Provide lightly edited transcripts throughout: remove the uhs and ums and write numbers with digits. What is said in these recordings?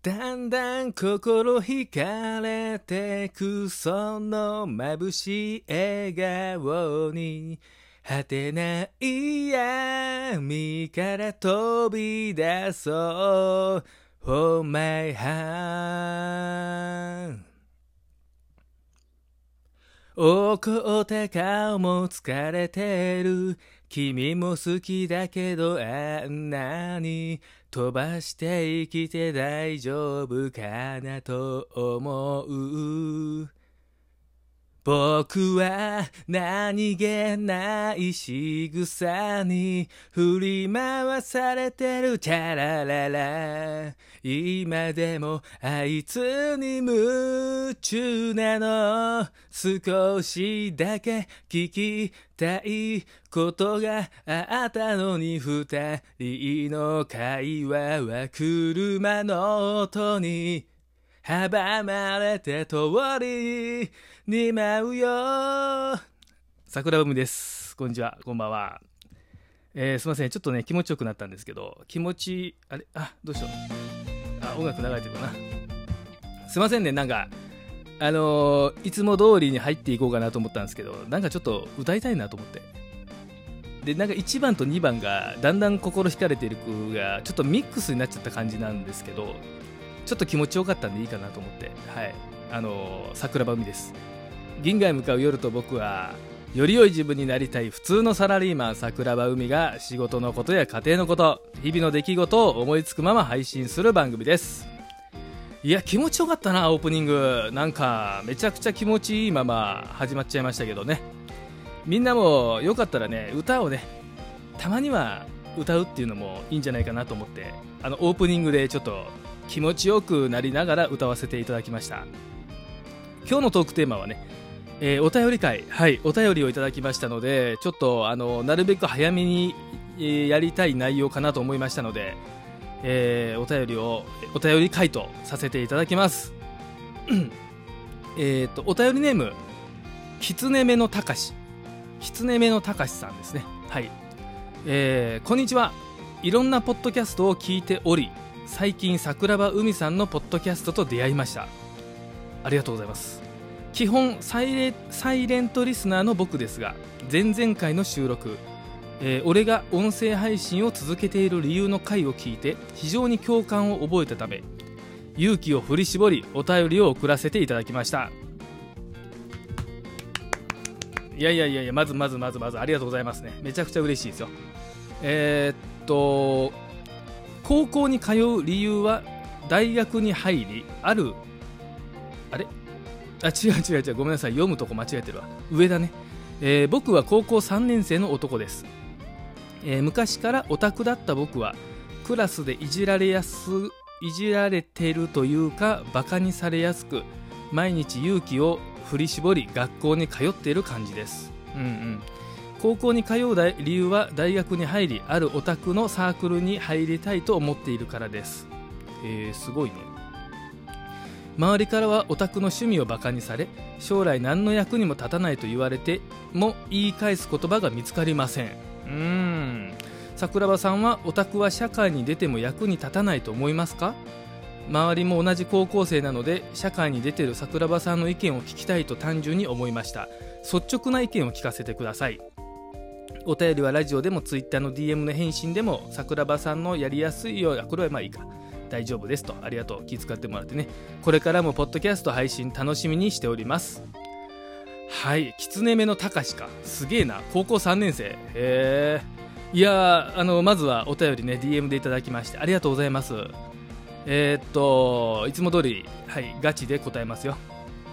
だんだん心惹かれてくその眩しい笑顔に果てない闇から飛び出そう Oh my heart 怒った顔も疲れてる君も好きだけどあんなに飛ばして生きて大丈夫かなと思う僕は何気ない仕草に振り回されてるチャラララ今でもあいつに夢中なの少しだけ聞きたいことがあったのに二人の会話は車の音に阻まれて通りに舞うよ桜海です。こんにちは、こんばんは。すいません、ちょっとね気持ちよくなったんですけど、気持ちあれどうしよう。音楽流れてるかな。すいませんね、なんかいつも通りに入っていこうかなと思ったんですけど、なんかちょっと歌いたいなと思って、でなんか1番と2番がだんだん心惹かれている曲がちょっとミックスになっちゃった感じなんですけど、ちょっと気持ちよかったんでいいかなと思って、はい、桜庭海です。銀河へ向かう夜と僕は、より良い自分になりたい普通のサラリーマン桜庭海が仕事のことや家庭のこと、日々の出来事を思いつくまま配信する番組です。いや気持ちよかったな、オープニングなんかめちゃくちゃ気持ちいいまま始まっちゃいましたけどね。みんなもよかったらね、歌をねたまには歌うっていうのもいいんじゃないかなと思って、オープニングでちょっと気持ちよくなりながら歌わせていただきました。今日のトークテーマはね、お便り会、はい、お便りをいただきましたので、ちょっとなるべく早めに、やりたい内容かなと思いましたので、お便り会とさせていただきます。お便りネームきつねめのたかしさんですね。はい、こんにちは。いろんなポッドキャストを聞いており、最近桜庭海さんのポッドキャストと出会いました。ありがとうございます。基本サイレントリスナーの僕ですが、前々回の収録、俺が音声配信を続けている理由の回を聞いて非常に共感を覚えたため、勇気を振り絞りお便りを送らせていただきました。いやまずありがとうございますね。めちゃくちゃ嬉しいですよ。高校に通う理由は大学に入り、違うごめんなさい、読むとこ間違えてるわ。上だね。僕は高校3年生の男です。昔からオタクだった僕はクラスでいじられてるというかバカにされやすく、毎日勇気を振り絞り学校に通っている感じです。高校に通う理由は大学に入り、あるオタクのサークルに入りたいと思っているからです。すごいね。周りからはオタクの趣味をバカにされ、将来何の役にも立たないと言われても言い返す言葉が見つかりません。桜庭さんはオタクは社会に出ても役に立たないと思いますか？周りも同じ高校生なので、社会に出てる桜庭さんの意見を聞きたいと単純に思いました。率直な意見を聞かせてください。お便りはラジオでもツイッターの DM の返信でも桜庭さんのやりやすいよう、これはまあいいか、大丈夫ですと。ありがとう、気遣ってもらってね。これからもポッドキャスト配信楽しみにしております。はい、きつねめのたかしか、すげえな、高校3年生。いやまずはお便りね DM でいただきましてありがとうございます。いつも通り、はい、ガチで答えますよ。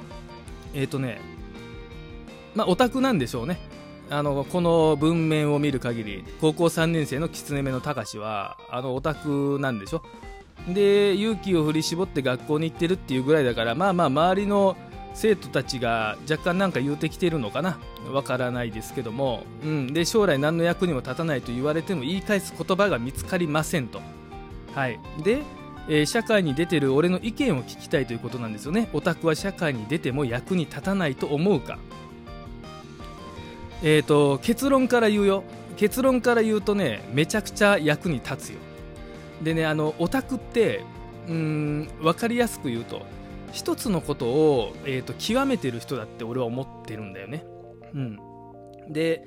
オタクなんでしょうね。この文面を見る限り、高校3年生のきつねめのたかしはオタクなんでしょ。で、勇気を振り絞って学校に行ってるっていうぐらいだから、周りの生徒たちが若干なんか言うてきてるのかな、わからないですけども、で将来何の役にも立たないと言われても言い返す言葉が見つかりませんと。はい。で、社会に出てる俺の意見を聞きたいということなんですよね。オタクは社会に出ても役に立たないと思うか。結論から言うとね、めちゃくちゃ役に立つよ。でね、オタクって分かりやすく言うと、一つのことを、極めてる人だって俺は思ってるんだよね。で、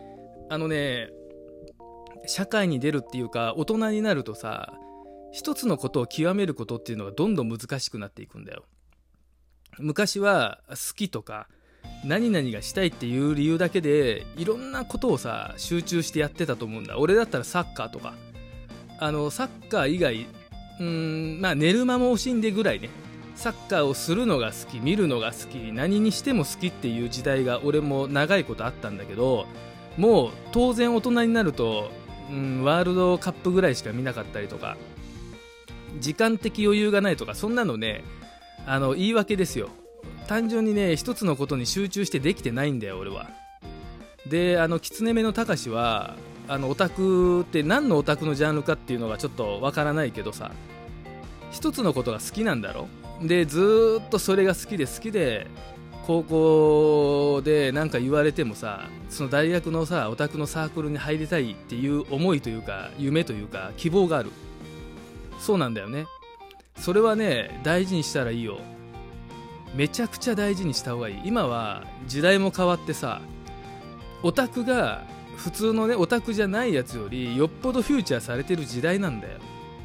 社会に出るっていうか、大人になるとさ、一つのことを極めることっていうのがどんどん難しくなっていくんだよ。昔は好きとか何々がしたいっていう理由だけでいろんなことをさ集中してやってたと思うんだ。俺だったらサッカーとか、サッカー以外寝る間も惜しんでぐらいね、サッカーをするのが好き、見るのが好き、何にしても好きっていう時代が俺も長いことあったんだけど、もう当然大人になるとワールドカップぐらいしか見なかったりとか、時間的余裕がないとか、そんなのね言い訳ですよ。単純にね一つのことに集中してできてないんだよ俺は。でキツネ目のたかしはオタクって何のオタクのジャンルかっていうのがちょっとわからないけどさ、一つのことが好きなんだろ。でずーっとそれが好きで高校でなんか言われてもさ、その大学のさオタクのサークルに入りたいっていう思いというか夢というか希望がある。そうなんだよね。それはね大事にしたらいいよ。めちゃくちゃ大事にした方がいい。今は時代も変わってさ、オタクが普通のねオタクじゃないやつよりよっぽどフューチャーされてる時代なんだよ。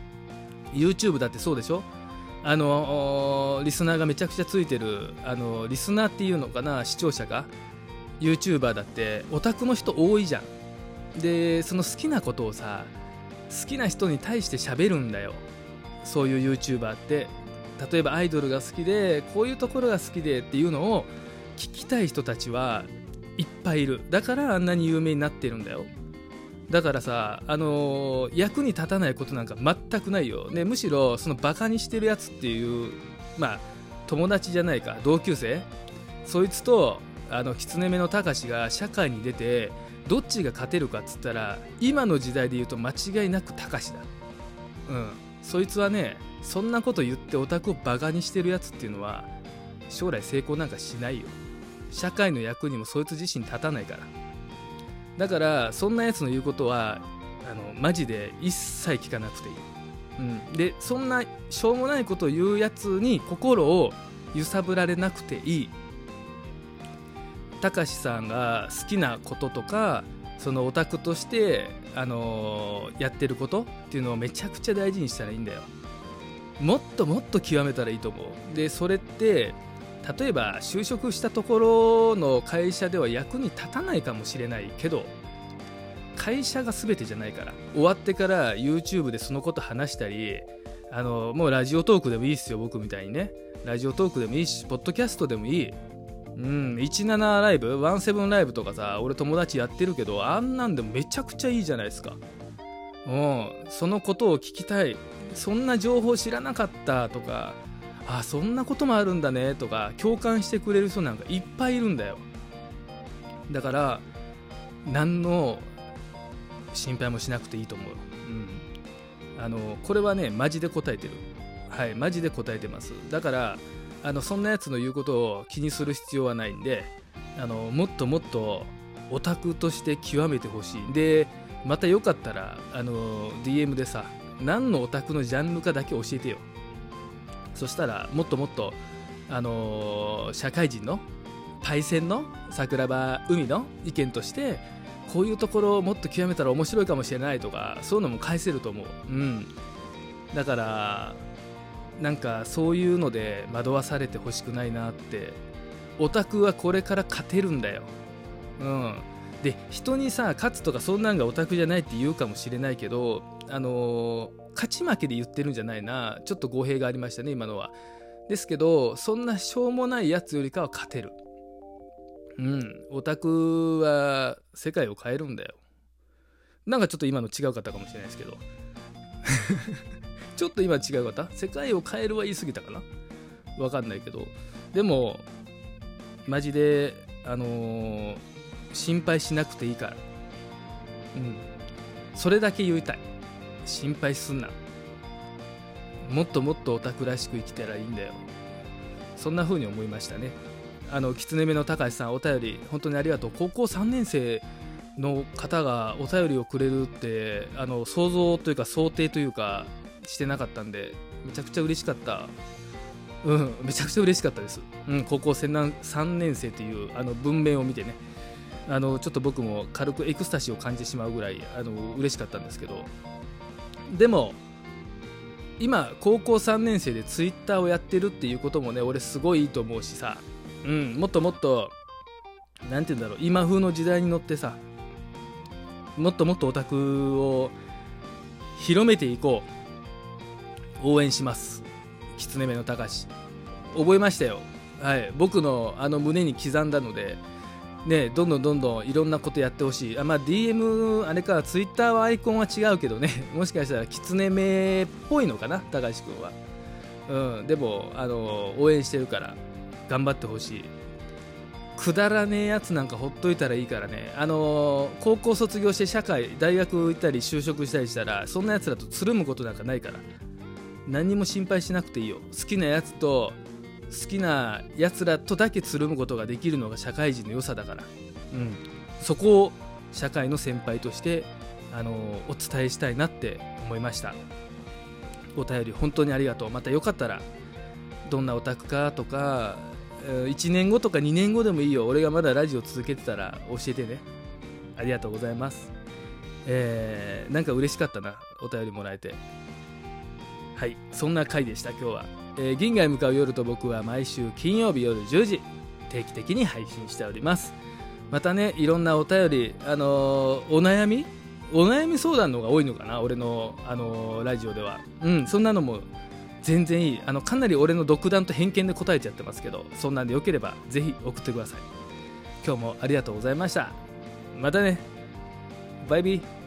YouTube だってそうでしょ。リスナーがめちゃくちゃついてるリスナーっていうのかな、視聴者が YouTuber だってオタクの人多いじゃん。でその好きなことをさ好きな人に対して喋るんだよ、そういう YouTuber って。例えばアイドルが好きでこういうところが好きでっていうのを聞きたい人たちはいっぱいいる。だからあんなに有名になってるんだよ。だからさ役に立たないことなんか全くないよ、ね、むしろそのバカにしてるやつっていう友達じゃないか同級生、そいつとキツネ目のたかしが社会に出てどっちが勝てるかっつったら今の時代で言うと間違いなくたかしだ。そいつはねそんなこと言ってオタクをバカにしてるやつっていうのは将来成功なんかしないよ。社会の役にもそいつ自身立たないから。だからそんなやつの言うことはマジで一切聞かなくていい。でそんなしょうもないことを言うやつに心を揺さぶられなくていい。たかしさんが好きなこととかそのオタクとしてやってることっていうのをめちゃくちゃ大事にしたらいいんだよ。もっともっと極めたらいいと思う。でそれって例えば就職したところの会社では役に立たないかもしれないけど、会社が全てじゃないから。終わってから YouTube でそのこと話したりもうラジオトークでもいいっすよ。僕みたいにねラジオトークでもいいしポッドキャストでもいい。17ライブ17ライブとかさ俺友達やってるけど、あんなんでもめちゃくちゃいいじゃないですか。そのことを聞きたい、そんな情報知らなかったとか、そんなこともあるんだねとか共感してくれる人なんかいっぱいいるんだよ。だから何の心配もしなくていいと思う。これはねマジで答えてる。はいマジで答えてます。だからそんなやつの言うことを気にする必要はないんで、もっともっとオタクとして極めてほしい。でまたよかったらDM でさ何のオタクのジャンルかだけ教えてよ。そしたらもっともっと社会人のパイセンの桜庭海の意見としてこういうところをもっと極めたら面白いかもしれないとかそういうのも返せると思う。だからなんかそういうので惑わされてほしくないなって。オタクはこれから勝てるんだよ。で人にさ勝つとかそんなんがオタクじゃないって言うかもしれないけど勝ち負けで言ってるんじゃないな。ちょっと語弊がありましたね今のは。ですけどそんなしょうもないやつよりかは勝てる。オタクは世界を変えるんだよ。なんかちょっと今の違うかったかもしれないですけどちょっと今違うかった。世界を変えるは言い過ぎたかな、わかんないけど、でもマジで心配しなくていいから。それだけ言いたい。心配すんな。もっともっとオタクらしく生きたらいいんだよ。そんな風に思いましたね。キツネ目の高橋さんお便り本当にありがとう。高校3年生の方がお便りをくれるって想像というか想定というかしてなかったんで、めちゃくちゃ嬉しかった。めちゃくちゃ嬉しかったです。高校3年生という文面を見てね、ちょっと僕も軽くエクスタシーを感じてしまうぐらい嬉しかったんですけど、でも今高校3年生でツイッターをやってるっていうこともね、俺すごいいいと思うしさ、もっともっとなんて言うんだろう、今風の時代に乗ってさ、もっともっとオタクを広めていこう。応援します。きつねめのたかし、覚えましたよ。はい、僕の胸に刻んだのでね、どんどんいろんなことやってほしい。DM あれか、ツイッターはアイコンは違うけどね、もしかしたらきつねめっぽいのかな、高橋くんは。でも応援してるから頑張ってほしい。くだらねえやつなんかほっといたらいいからね。高校卒業して社会大学行ったり就職したりしたら、そんなやつらとつるむことなんかないから、何にも心配しなくていいよ。好きなやつと好きなやつらとだけつるむことができるのが社会人の良さだから、そこを社会の先輩としてお伝えしたいなって思いました。お便り本当にありがとう。またよかったらどんなオタクかとか、1年後とか2年後でもいいよ。俺がまだラジオ続けてたら教えてね。ありがとうございます。なんか嬉しかったな、お便りもらえて。はい、そんな回でした今日は。銀河へ向かう夜と僕は毎週金曜日夜10時定期的に配信しております。またね、いろんなお便り、お悩み相談の方が多いのかな、俺の、ラジオでは。そんなのも全然いい。かなり俺の独断と偏見で答えちゃってますけど、そんなんでよければぜひ送ってください。今日もありがとうございました。またね、バイビー。